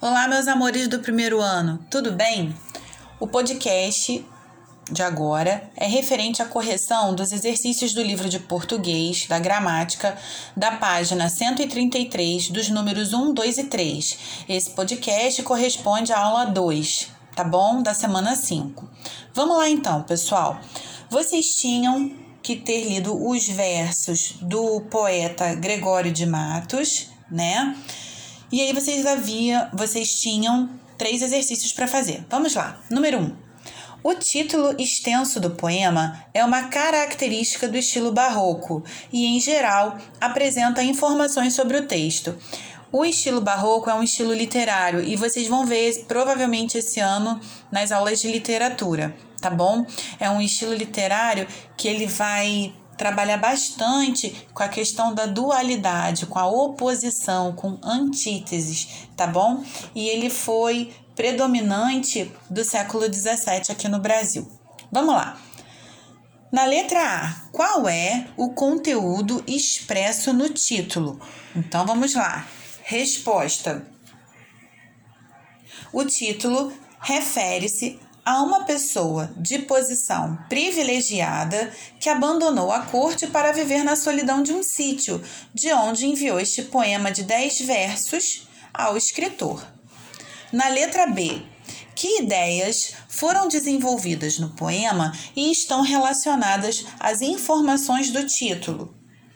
Olá, meus amores do primeiro ano, tudo bem? O podcast de agora é referente à correção dos exercícios do livro de português, da gramática, da página 133, dos números 1, 2 e 3. Esse podcast corresponde à aula 2, tá bom? Da semana 5. Vamos lá então, pessoal. Vocês tinham que ter lido os versos do poeta Gregório de Matos, né? E aí vocês tinham 3 exercícios para fazer. Vamos lá. Número 1. O título extenso do poema é uma característica do estilo barroco e, em geral, apresenta informações sobre o texto. O estilo barroco é um estilo literário e vocês vão ver provavelmente esse ano nas aulas de literatura, tá bom? É um estilo literário que ele vai trabalhar bastante com a questão da dualidade, com a oposição, com antíteses, tá bom? E ele foi predominante do século XVII aqui no Brasil. Vamos lá. Na letra A, qual é o conteúdo expresso no título? Então, vamos lá. Resposta. O título refere-se a uma pessoa de posição privilegiada que abandonou a corte para viver na solidão de um sítio, de onde enviou este poema de 10 versos ao escritor. Na letra B, que ideias foram desenvolvidas no poema e estão relacionadas às informações do título?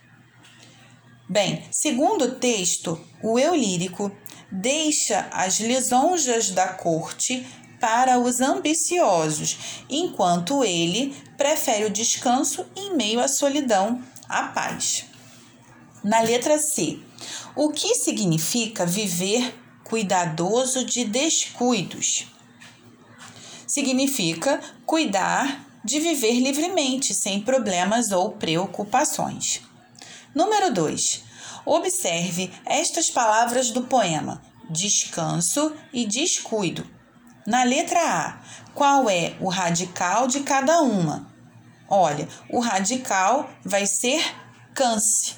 Bem, segundo o texto, o eu lírico deixa as lisonjas da corte para os ambiciosos, enquanto ele prefere o descanso em meio à solidão, à paz. Na letra C, o que significa viver cuidadoso de descuidos? Significa cuidar de viver livremente, sem problemas ou preocupações. Número 2. Observe estas palavras do poema: descanso e descuido. Na letra A, qual é o radical de cada uma? Olha, o radical vai ser canse.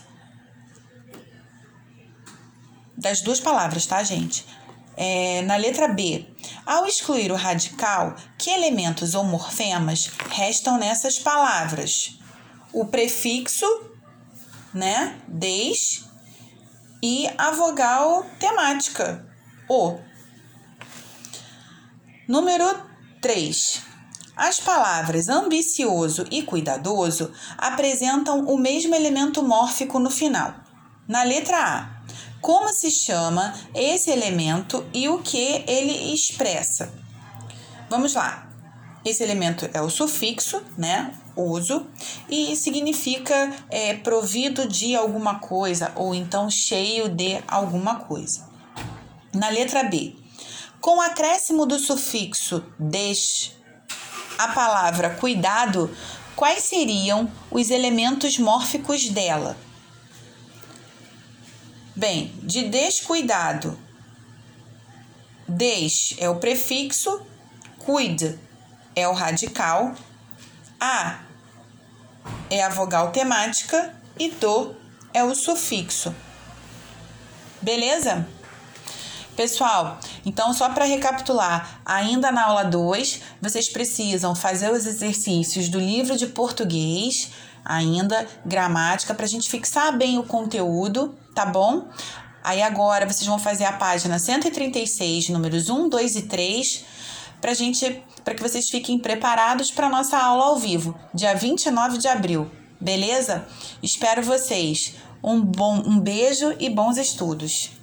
Das duas palavras, tá, gente? Na letra B, ao excluir o radical, que elementos ou morfemas restam nessas palavras? O prefixo, né, des, e a vogal temática, o. Número 3. As palavras ambicioso e cuidadoso apresentam o mesmo elemento mórfico no final. Na letra A, como se chama esse elemento e o que ele expressa? Vamos lá. Esse elemento é o sufixo, né? Uso, e significa provido de alguma coisa ou então cheio de alguma coisa. Na letra B, com o acréscimo do sufixo des, a palavra cuidado, quais seriam os elementos mórficos dela? Bem, de descuidado, des é o prefixo, cuide é o radical, a é a vogal temática e do é o sufixo. Beleza? Pessoal, então só para recapitular, ainda na aula 2, vocês precisam fazer os exercícios do livro de português, ainda gramática, para a gente fixar bem o conteúdo, tá bom? Aí agora vocês vão fazer a página 136, números 1, 2 e 3, para que vocês fiquem preparados para a nossa aula ao vivo, dia 29 de abril, beleza? Espero vocês. Um beijo e bons estudos.